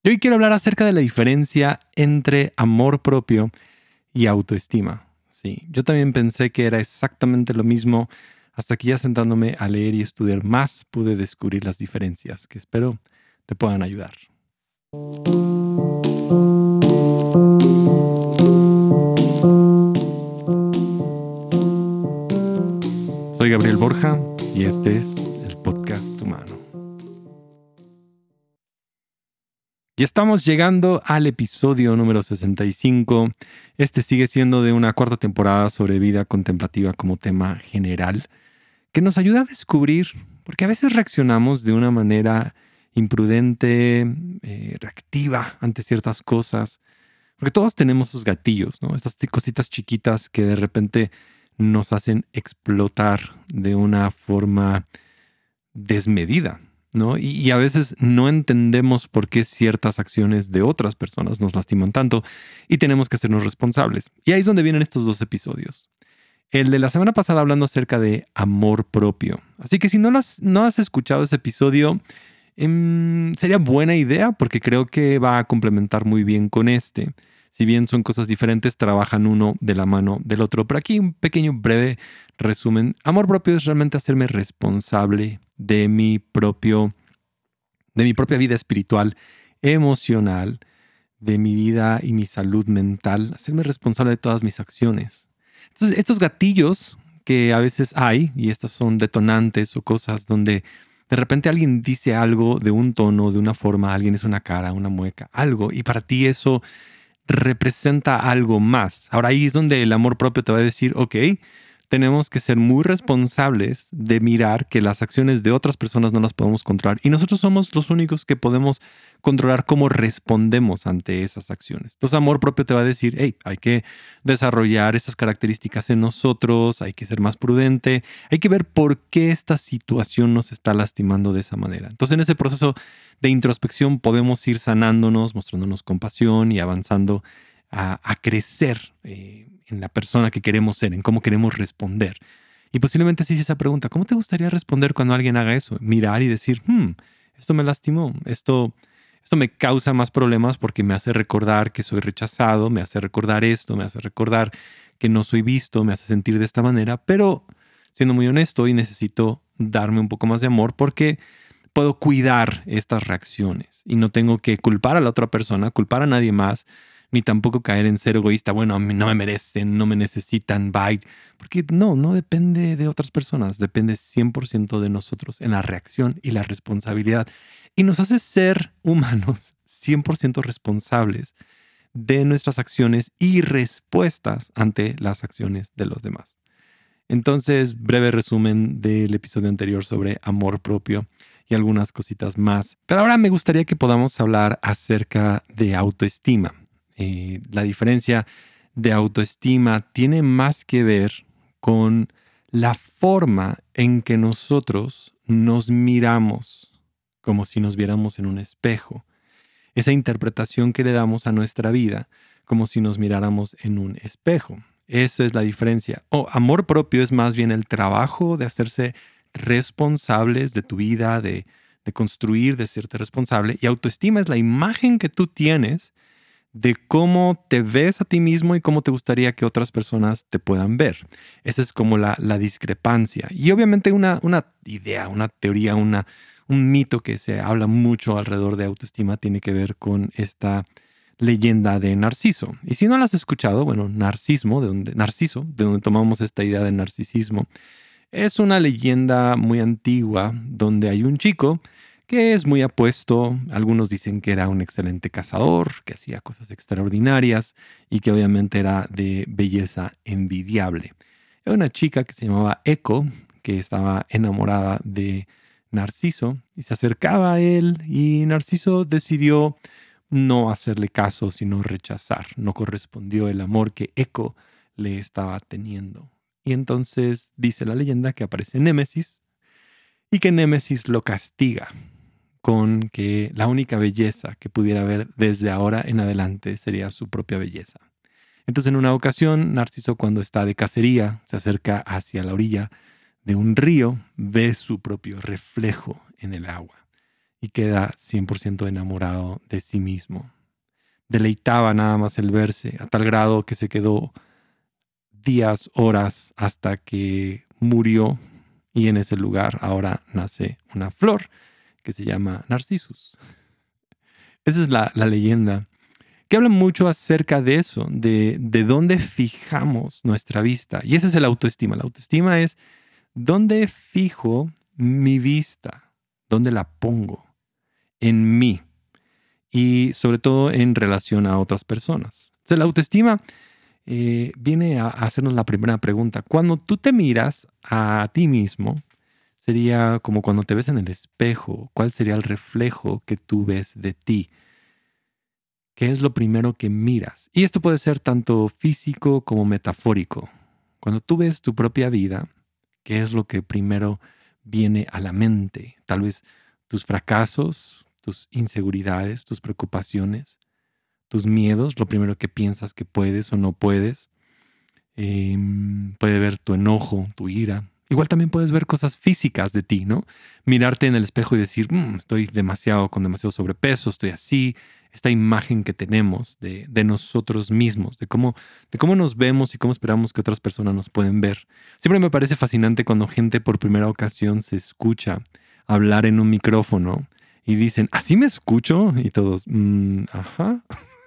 Y hoy quiero hablar acerca de la diferencia entre amor propio y autoestima. Sí, yo también pensé que era exactamente lo mismo hasta que ya sentándome a leer y estudiar más pude descubrir las diferencias que espero te puedan ayudar. Soy Gabriel Borja y este es el Podcast Humano. Y estamos llegando al episodio número 65. Este sigue siendo de una cuarta temporada sobre vida contemplativa como tema general, que nos ayuda a descubrir, porque a veces reaccionamos de una manera imprudente, reactiva ante ciertas cosas, porque todos tenemos esos gatillos, ¿no? Estas cositas chiquitas que de repente nos hacen explotar de una forma desmedida, ¿no? Y a veces no entendemos por qué ciertas acciones de otras personas nos lastiman tanto y tenemos que hacernos responsables. Y ahí es donde vienen estos dos episodios. El de la semana pasada hablando acerca de amor propio. Así que si no has escuchado ese episodio, sería buena idea porque creo que va a complementar muy bien con este. Si bien son cosas diferentes, trabajan uno de la mano del otro. Pero aquí un pequeño breve resumen. Amor propio es realmente hacerme responsable de mi propia vida espiritual, emocional, de mi vida y mi salud mental. Hacerme responsable de todas mis acciones. Entonces, estos gatillos que a veces hay, y estas son detonantes o cosas donde de repente alguien dice algo de un tono, de una forma, alguien es una cara, una mueca, algo, y para ti eso representa algo más. Ahora ahí es donde el amor propio te va a decir, ok, tenemos que ser muy responsables de mirar que las acciones de otras personas no las podemos controlar y nosotros somos los únicos que podemos controlar cómo respondemos ante esas acciones. Entonces, amor propio te va a decir, hey, hay que desarrollar estas características en nosotros, hay que ser más prudente, hay que ver por qué esta situación nos está lastimando de esa manera. Entonces, en ese proceso de introspección podemos ir sanándonos, mostrándonos compasión y avanzando a crecer en la persona que queremos ser, en cómo queremos responder. Y posiblemente se hice esa pregunta, ¿cómo te gustaría responder cuando alguien haga eso? Mirar y decir, esto me lastimó, esto me causa más problemas porque me hace recordar que soy rechazado, me hace recordar esto, me hace recordar que no soy visto, me hace sentir de esta manera, pero siendo muy honesto y necesito darme un poco más de amor porque puedo cuidar estas reacciones y no tengo que culpar a la otra persona, culpar a nadie más, ni tampoco caer en ser egoísta. Bueno, a mí no me merecen, no me necesitan, bye. Porque no depende de otras personas, depende 100% de nosotros en la reacción y la responsabilidad. Y nos hace ser humanos 100% responsables de nuestras acciones y respuestas ante las acciones de los demás. Entonces, breve resumen del episodio anterior sobre amor propio y algunas cositas más. Pero ahora me gustaría que podamos hablar acerca de autoestima. La diferencia de autoestima tiene más que ver con la forma en que nosotros nos miramos como si nos viéramos en un espejo. Esa interpretación que le damos a nuestra vida como si nos miráramos en un espejo. Esa es la diferencia. Amor propio es más bien el trabajo de hacerse responsables de tu vida, de construir, de serte responsable. Y autoestima es la imagen que tú tienes de cómo te ves a ti mismo y cómo te gustaría que otras personas te puedan ver. Esa es como la discrepancia. Y obviamente una idea, una teoría, un mito que se habla mucho alrededor de autoestima tiene que ver con esta leyenda de Narciso. Y si no la has escuchado, bueno, Narciso, de donde tomamos esta idea de narcisismo, es una leyenda muy antigua donde hay un chico que es muy apuesto. Algunos dicen que era un excelente cazador, que hacía cosas extraordinarias y que obviamente era de belleza envidiable. Era una chica que se llamaba Eco, que estaba enamorada de Narciso y se acercaba a él y Narciso decidió no hacerle caso, sino rechazar. No correspondió el amor que Eco le estaba teniendo. Y entonces dice la leyenda que aparece Némesis y que Némesis lo castiga con que la única belleza que pudiera ver desde ahora en adelante sería su propia belleza. Entonces, en una ocasión, Narciso, cuando está de cacería, se acerca hacia la orilla de un río, ve su propio reflejo en el agua y queda 100% enamorado de sí mismo. Deleitaba nada más el verse, a tal grado que se quedó días, horas, hasta que murió, y en ese lugar ahora nace una flor que se llama Narcissus. Esa es la leyenda, que habla mucho acerca de eso, de dónde fijamos nuestra vista. Y ese es el autoestima. La autoestima es dónde fijo mi vista, dónde la pongo, en mí y sobre todo en relación a otras personas. Entonces, la autoestima viene a hacernos la primera pregunta. Cuando tú te miras a ti mismo, sería como cuando te ves en el espejo, ¿cuál sería el reflejo que tú ves de ti? ¿Qué es lo primero que miras? Y esto puede ser tanto físico como metafórico. Cuando tú ves tu propia vida, ¿qué es lo que primero viene a la mente? Tal vez tus fracasos, tus inseguridades, tus preocupaciones, tus miedos, lo primero que piensas que puedes o no puedes. Puede ver tu enojo, tu ira. Igual también puedes ver cosas físicas de ti, ¿no? Mirarte en el espejo y decir, estoy con demasiado sobrepeso, estoy así. Esta imagen que tenemos de nosotros mismos, de cómo nos vemos y cómo esperamos que otras personas nos pueden ver. Siempre me parece fascinante cuando gente por primera ocasión se escucha hablar en un micrófono y dicen, ¿así me escucho? Y todos, ajá.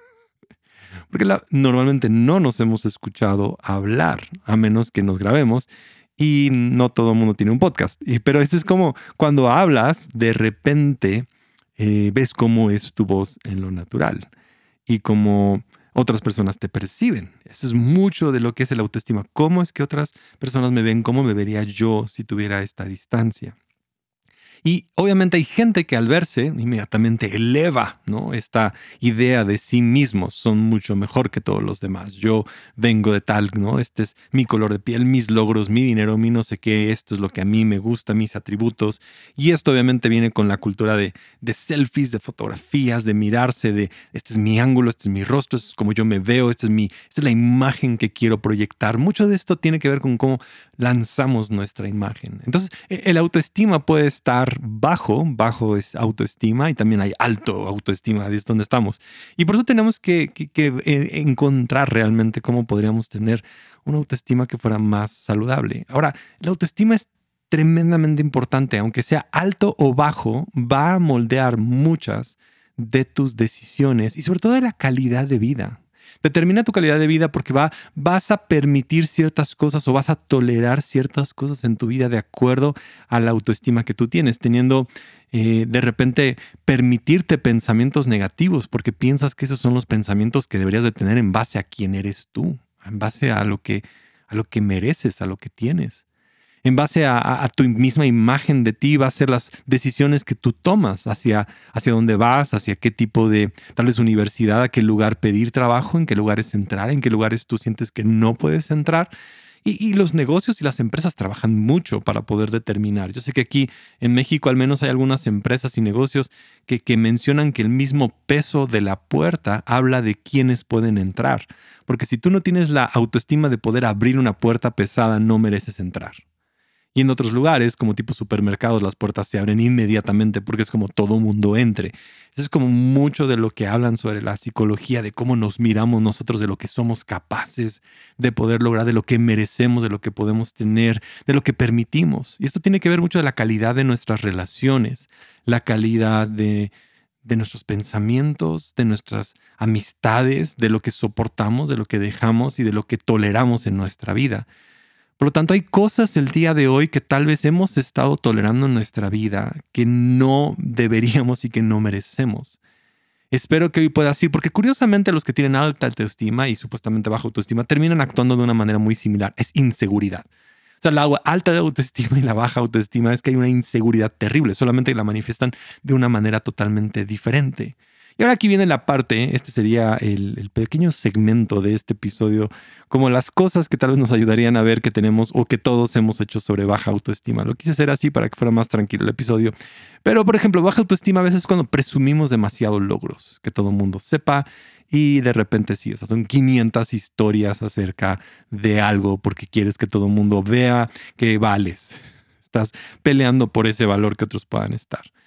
Porque normalmente no nos hemos escuchado hablar, a menos que nos grabemos, y no todo el mundo tiene un podcast. Pero es como cuando hablas, de repente ves cómo es tu voz en lo natural y cómo otras personas te perciben. Eso es mucho de lo que es el autoestima. ¿Cómo es que otras personas me ven? ¿Cómo me vería yo si tuviera esta distancia? Y obviamente hay gente que al verse inmediatamente eleva, ¿no?, esta idea de sí mismos. Son mucho mejor que todos los demás. Yo vengo de tal, ¿no? Este es mi color de piel, mis logros, mi dinero, mi no sé qué. Esto es lo que a mí me gusta, mis atributos. Y esto obviamente viene con la cultura de selfies, de fotografías, de mirarse, de este es mi ángulo, este es mi rostro, este es como yo me veo, esta es la imagen que quiero proyectar. Mucho de esto tiene que ver con cómo lanzamos nuestra imagen. Entonces, el autoestima puede estar bajo es autoestima, y también hay alto autoestima, es donde estamos. Y por eso tenemos que encontrar realmente cómo podríamos tener una autoestima que fuera más saludable. Ahora, la autoestima es tremendamente importante, aunque sea alto o bajo, va a moldear muchas de tus decisiones y sobre todo de la calidad de vida. Determina tu calidad de vida porque vas a permitir ciertas cosas o vas a tolerar ciertas cosas en tu vida de acuerdo a la autoestima que tú tienes, teniendo de repente permitirte pensamientos negativos porque piensas que esos son los pensamientos que deberías de tener en base a quién eres tú, en base a lo que mereces, a lo que tienes. En base a tu misma imagen de ti va a ser las decisiones que tú tomas hacia dónde vas, hacia qué tipo de, tal vez, universidad, a qué lugar pedir trabajo, en qué lugares entrar, en qué lugares tú sientes que no puedes entrar. Y los negocios y las empresas trabajan mucho para poder determinar. Yo sé que aquí en México al menos hay algunas empresas y negocios que mencionan que el mismo peso de la puerta habla de quiénes pueden entrar. Porque si tú no tienes la autoestima de poder abrir una puerta pesada, no mereces entrar. Y en otros lugares, como tipo supermercados, las puertas se abren inmediatamente porque es como todo mundo entre. Eso es como mucho de lo que hablan sobre la psicología, de cómo nos miramos nosotros, de lo que somos capaces de poder lograr, de lo que merecemos, de lo que podemos tener, de lo que permitimos. Y esto tiene que ver mucho de la calidad de nuestras relaciones, la calidad de nuestros pensamientos, de nuestras amistades, de lo que soportamos, de lo que dejamos y de lo que toleramos en nuestra vida. Por lo tanto, hay cosas el día de hoy que tal vez hemos estado tolerando en nuestra vida que no deberíamos y que no merecemos. Espero que hoy pueda así, porque curiosamente los que tienen alta autoestima y supuestamente baja autoestima terminan actuando de una manera muy similar. Es inseguridad. O sea, la alta autoestima y la baja autoestima es que hay una inseguridad terrible, solamente la manifiestan de una manera totalmente diferente. Y ahora aquí viene la parte, este sería el pequeño segmento de este episodio, como las cosas que tal vez nos ayudarían a ver que tenemos o que todos hemos hecho sobre baja autoestima. Lo quise hacer así para que fuera más tranquilo el episodio. Pero, por ejemplo, baja autoestima a veces es cuando presumimos demasiados logros, que todo el mundo sepa, y de repente sí, o sea, son 500 historias acerca de algo porque quieres que todo el mundo vea que vales. Estás peleando por ese valor que otros puedan estar.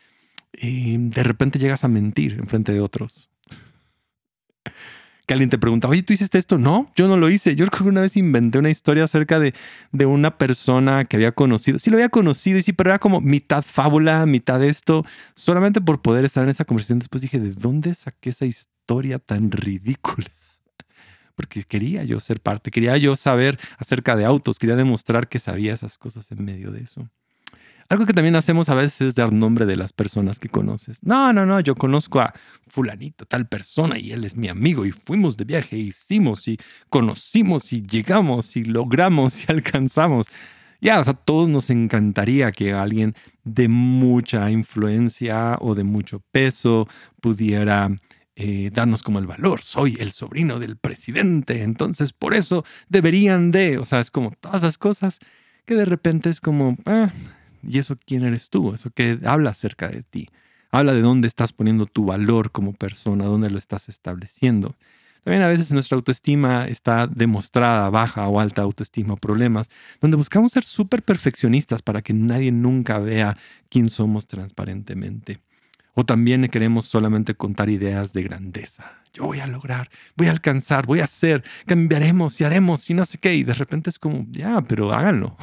Y de repente llegas a mentir enfrente de otros. Que alguien te pregunta, oye, ¿tú hiciste esto? No, yo no lo hice. Yo creo que una vez inventé una historia acerca de una persona que había conocido. Sí, lo había conocido, y sí, pero era como mitad fábula, mitad esto. Solamente por poder estar en esa conversación. Después dije, ¿de dónde saqué esa historia tan ridícula? Porque quería yo ser parte, quería yo saber acerca de autos, quería demostrar que sabía esas cosas en medio de eso. Algo que también hacemos a veces es dar nombre de las personas que conoces. No, yo conozco a fulanito, tal persona, y él es mi amigo, y fuimos de viaje, y hicimos, y conocimos, y llegamos, y logramos, y alcanzamos. Ya, o sea, a todos nos encantaría que alguien de mucha influencia o de mucho peso pudiera darnos como el valor. Soy el sobrino del presidente, entonces por eso deberían de, o sea, es como todas esas cosas que de repente es como, ¿y eso quién eres tú? Eso que habla acerca de ti. Habla de dónde estás poniendo tu valor como persona, dónde lo estás estableciendo. También a veces nuestra autoestima está demostrada, baja o alta autoestima, problemas, donde buscamos ser súper perfeccionistas para que nadie nunca vea quién somos transparentemente. O también queremos solamente contar ideas de grandeza. Yo voy a lograr, voy a alcanzar, voy a hacer, cambiaremos y haremos y no sé qué. Y de repente es como, ya, pero háganlo.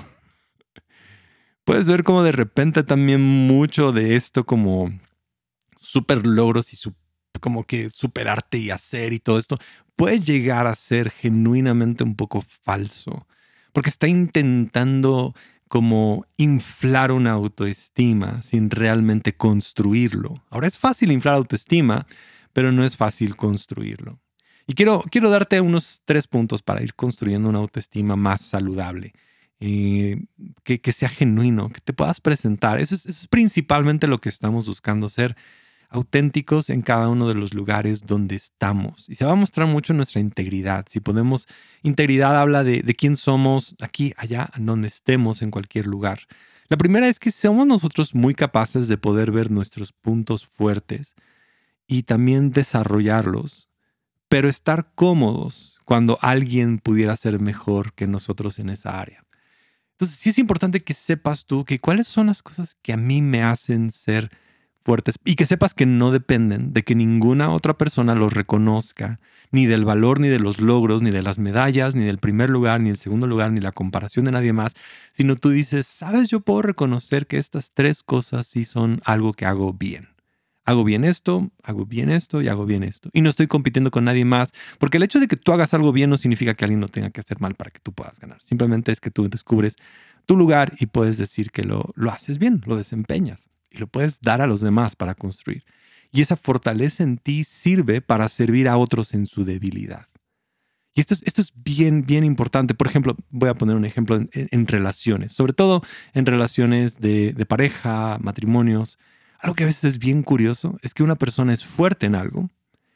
Puedes ver como de repente también mucho de esto como súper logros y como que superarte y hacer y todo esto puede llegar a ser genuinamente un poco falso. Porque está intentando como inflar una autoestima sin realmente construirlo. Ahora es fácil inflar autoestima, pero no es fácil construirlo. Y quiero darte unos 3 puntos para ir construyendo una autoestima más saludable. Que sea genuino, que te puedas presentar. Eso es principalmente lo que estamos buscando, ser auténticos en cada uno de los lugares donde estamos. Y se va a mostrar mucho nuestra integridad. Si podemos, integridad habla de quién somos aquí, allá, donde estemos, en cualquier lugar. La primera es que somos nosotros muy capaces de poder ver nuestros puntos fuertes y también desarrollarlos, pero estar cómodos cuando alguien pudiera ser mejor que nosotros en esa área. Entonces, sí es importante que sepas tú que cuáles son las cosas que a mí me hacen ser fuertes y que sepas que no dependen de que ninguna otra persona los reconozca, ni del valor, ni de los logros, ni de las medallas, ni del primer lugar, ni del segundo lugar, ni la comparación de nadie más, sino tú dices, sabes, yo puedo reconocer que estas 3 cosas sí son algo que hago bien. Hago bien esto y hago bien esto. Y no estoy compitiendo con nadie más, porque el hecho de que tú hagas algo bien no significa que alguien lo tenga que hacer mal para que tú puedas ganar. Simplemente es que tú descubres tu lugar y puedes decir que lo haces bien, lo desempeñas y lo puedes dar a los demás para construir. Y esa fortaleza en ti sirve para servir a otros en su debilidad. Y esto es bien, bien importante. Por ejemplo, voy a poner un ejemplo en relaciones, sobre todo en relaciones de pareja, matrimonios. Algo que a veces es bien curioso es que una persona es fuerte en algo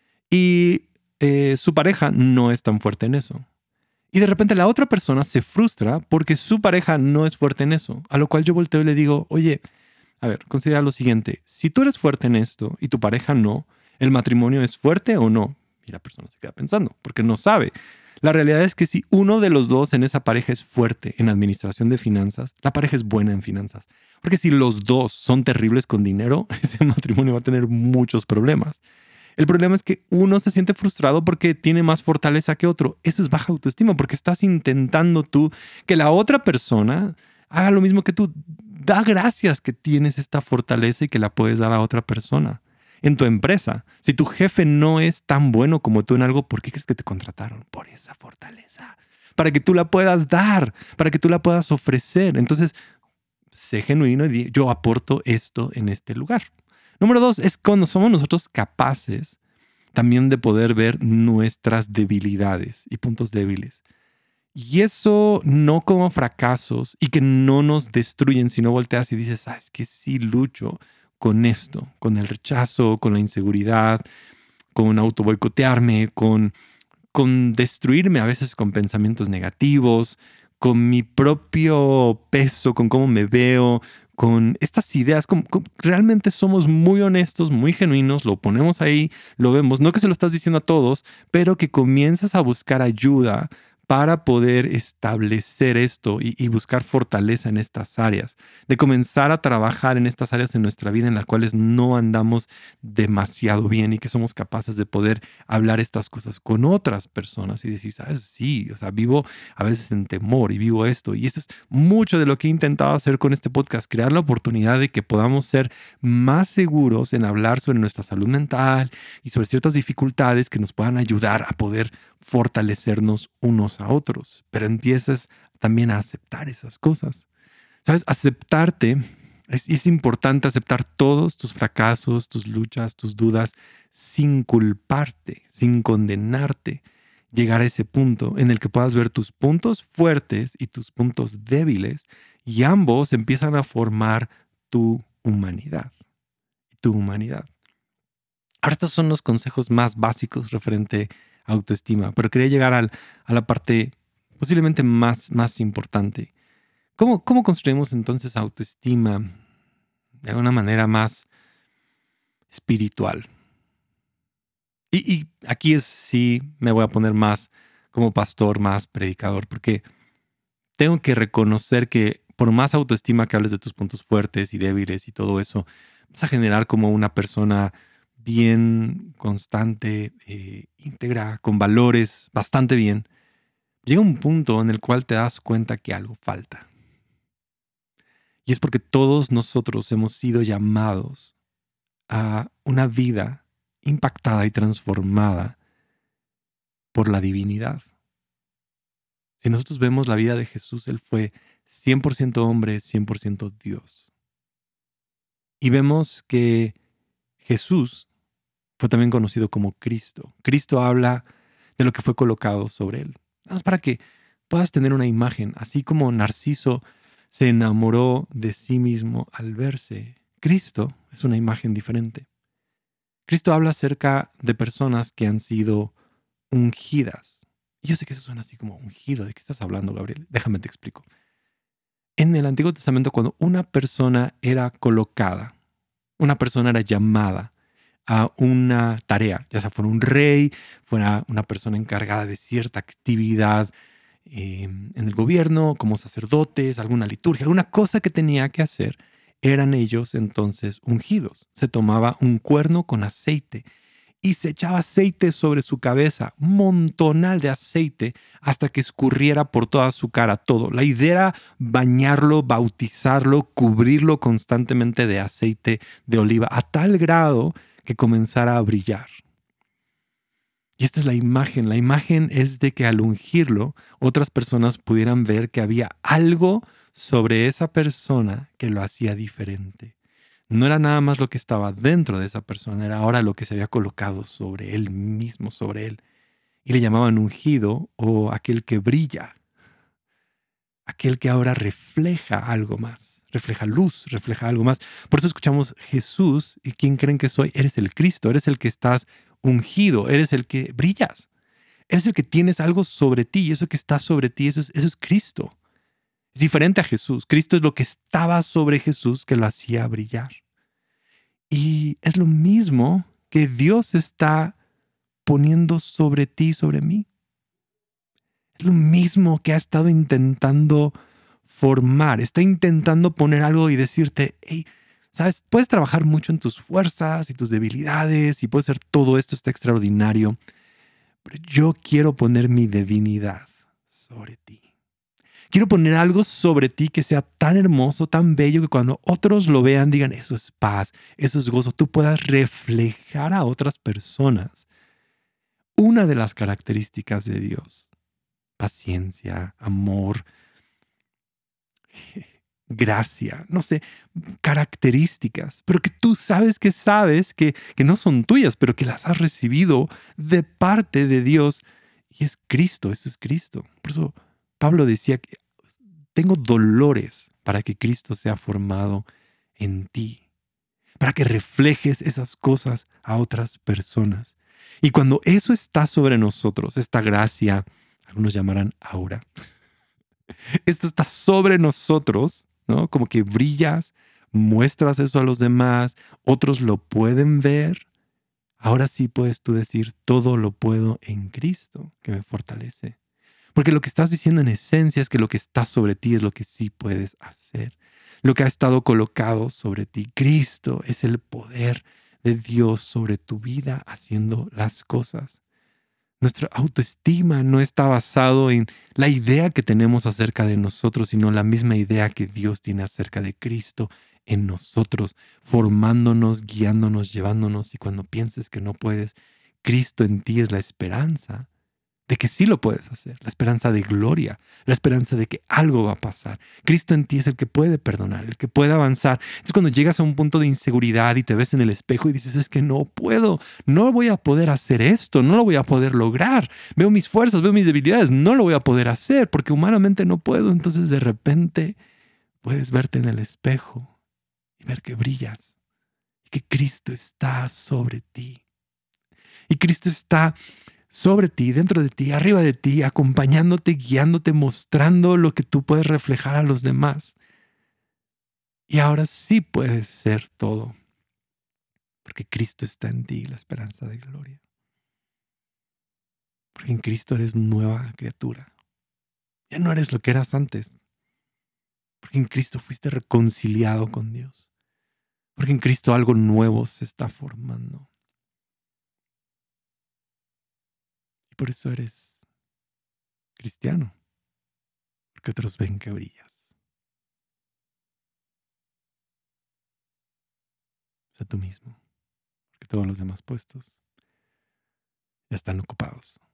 y su pareja no es tan fuerte en eso. Y de repente la otra persona se frustra porque su pareja no es fuerte en eso. A lo cual yo volteo y le digo, oye, a ver, considera lo siguiente. Si tú eres fuerte en esto y tu pareja no, ¿el matrimonio es fuerte o no? Y la persona se queda pensando porque no sabe. La realidad es que si uno de los dos en esa pareja es fuerte en administración de finanzas, la pareja es buena en finanzas. Porque si los dos son terribles con dinero, ese matrimonio va a tener muchos problemas. El problema es que uno se siente frustrado porque tiene más fortaleza que otro. Eso es baja autoestima porque estás intentando tú que la otra persona haga lo mismo que tú. Da gracias que tienes esta fortaleza y que la puedes dar a otra persona. En tu empresa, si tu jefe no es tan bueno como tú en algo, ¿por qué crees que te contrataron? Por esa fortaleza. Para que tú la puedas dar, para que tú la puedas ofrecer. Entonces, sé genuino y di, yo aporto esto en este lugar. Número 2 es cuando somos nosotros capaces también de poder ver nuestras debilidades y puntos débiles. Y eso no como fracasos y que no nos destruyen, sino volteas y dices, es que sí lucho con esto, con el rechazo, con la inseguridad, con auto boicotearme, con destruirme a veces con pensamientos negativos, con mi propio peso, con cómo me veo, con estas ideas. Realmente somos muy honestos, muy genuinos, lo ponemos ahí, lo vemos. No que se lo estás diciendo a todos, pero que comienzas a buscar ayuda para poder establecer esto y buscar fortaleza en estas áreas, de comenzar a trabajar en estas áreas en nuestra vida en las cuales no andamos demasiado bien y que somos capaces de poder hablar estas cosas con otras personas y decir, sabes, sí, o sea, vivo a veces en temor y vivo esto. Y esto es mucho de lo que he intentado hacer con este podcast, crear la oportunidad de que podamos ser más seguros en hablar sobre nuestra salud mental y sobre ciertas dificultades que nos puedan ayudar a poder fortalecernos unos a otros. Pero empiezas también a aceptar esas cosas. ¿Sabes? Aceptarte, es importante aceptar todos tus fracasos, tus luchas, tus dudas, sin culparte, sin condenarte. Llegar a ese punto en el que puedas ver tus puntos fuertes y tus puntos débiles y ambos empiezan a formar tu humanidad. Tu humanidad. Ahora estos son los consejos más básicos referente a autoestima, pero quería llegar a la parte posiblemente más importante. ¿Cómo construimos entonces autoestima de una manera más espiritual? Y aquí sí me voy a poner más como pastor, más predicador, porque tengo que reconocer que por más autoestima que hables de tus puntos fuertes y débiles y todo eso, vas a generar como una persona bien constante, íntegra, con valores bastante bien. Llega un punto en el cual te das cuenta que algo falta. Y es porque todos nosotros hemos sido llamados a una vida impactada y transformada por la divinidad. Si nosotros vemos la vida de Jesús, Él fue 100% hombre, 100% Dios. Y vemos que Jesús fue también conocido como Cristo. Cristo habla de lo que fue colocado sobre Él. Nada más para que puedas tener una imagen, así como Narciso se enamoró de sí mismo al verse. Cristo es una imagen diferente. Cristo habla acerca de personas que han sido ungidas. Y yo sé que eso suena así como ungido. ¿De qué estás hablando, Gabriel? Déjame te explico. En el Antiguo Testamento, cuando una persona era colocada, una persona era llamada a una tarea, ya sea fuera un rey, fuera una persona encargada de cierta actividad en el gobierno, como sacerdotes, alguna liturgia, alguna cosa que tenía que hacer, eran ellos entonces ungidos. Se tomaba un cuerno con aceite y se echaba aceite sobre su cabeza, montonal de aceite, hasta que escurriera por toda su cara todo. La idea era bañarlo, bautizarlo, cubrirlo constantemente de aceite de oliva, a tal grado que comenzara a brillar. Y esta es la imagen. La imagen es de que al ungirlo, otras personas pudieran ver que había algo sobre esa persona que lo hacía diferente. No era nada más lo que estaba dentro de esa persona, era ahora lo que se había colocado sobre él mismo, sobre él. Y le llamaban ungido o aquel que brilla, aquel que ahora refleja algo más, refleja luz, refleja algo más. Por eso escuchamos Jesús, ¿y quién creen que soy? Eres el Cristo, eres el que estás ungido, eres el que brillas, eres el que tienes algo sobre ti y eso que está sobre ti, eso es Cristo. Es diferente a Jesús. Cristo es lo que estaba sobre Jesús que lo hacía brillar. Y es lo mismo que Dios está poniendo sobre ti, sobre mí. Es lo mismo que ha estado intentando formar. Está intentando poner algo y decirte, hey, ¿sabes? Puedes trabajar mucho en tus fuerzas y tus debilidades y puede ser todo esto está extraordinario, pero yo quiero poner mi divinidad sobre ti. Quiero poner algo sobre ti que sea tan hermoso, tan bello, que cuando otros lo vean digan, eso es paz, eso es gozo. Tú puedas reflejar a otras personas. Una de las características de Dios, paciencia, amor, gracia, no sé, características, pero que tú sabes que no son tuyas, pero que las has recibido de parte de Dios. Y es Cristo, eso es Cristo. Por eso Pablo decía que tengo dolores para que Cristo sea formado en ti, para que reflejes esas cosas a otras personas. Y cuando eso está sobre nosotros, esta gracia, algunos llamarán aura, esto está sobre nosotros, ¿no? Como que brillas, muestras eso a los demás, otros lo pueden ver. Ahora sí puedes tú decir, todo lo puedo en Cristo que me fortalece. Porque lo que estás diciendo en esencia es que lo que está sobre ti es lo que sí puedes hacer. Lo que ha estado colocado sobre ti. Cristo es el poder de Dios sobre tu vida haciendo las cosas. Nuestra autoestima no está basado en la idea que tenemos acerca de nosotros, sino la misma idea que Dios tiene acerca de Cristo en nosotros, formándonos, guiándonos, llevándonos. Y cuando pienses que no puedes, Cristo en ti es la esperanza de que sí lo puedes hacer, la esperanza de gloria, la esperanza de que algo va a pasar. Cristo en ti es el que puede perdonar, el que puede avanzar. Entonces cuando llegas a un punto de inseguridad y te ves en el espejo y dices, es que no puedo, no voy a poder hacer esto, no lo voy a poder lograr. Veo mis fuerzas, veo mis debilidades, no lo voy a poder hacer porque humanamente no puedo. Entonces de repente puedes verte en el espejo y ver que brillas y que Cristo está sobre ti. Y Cristo está sobre ti, dentro de ti, arriba de ti, acompañándote, guiándote, mostrando lo que tú puedes reflejar a los demás. Y ahora sí puedes ser todo, porque Cristo está en ti, la esperanza de gloria. Porque en Cristo eres nueva criatura. Ya no eres lo que eras antes. Porque en Cristo fuiste reconciliado con Dios. Porque en Cristo algo nuevo se está formando. Y por eso eres cristiano. Porque otros ven que brillas. Sé tú mismo. Porque todos los demás puestos ya están ocupados.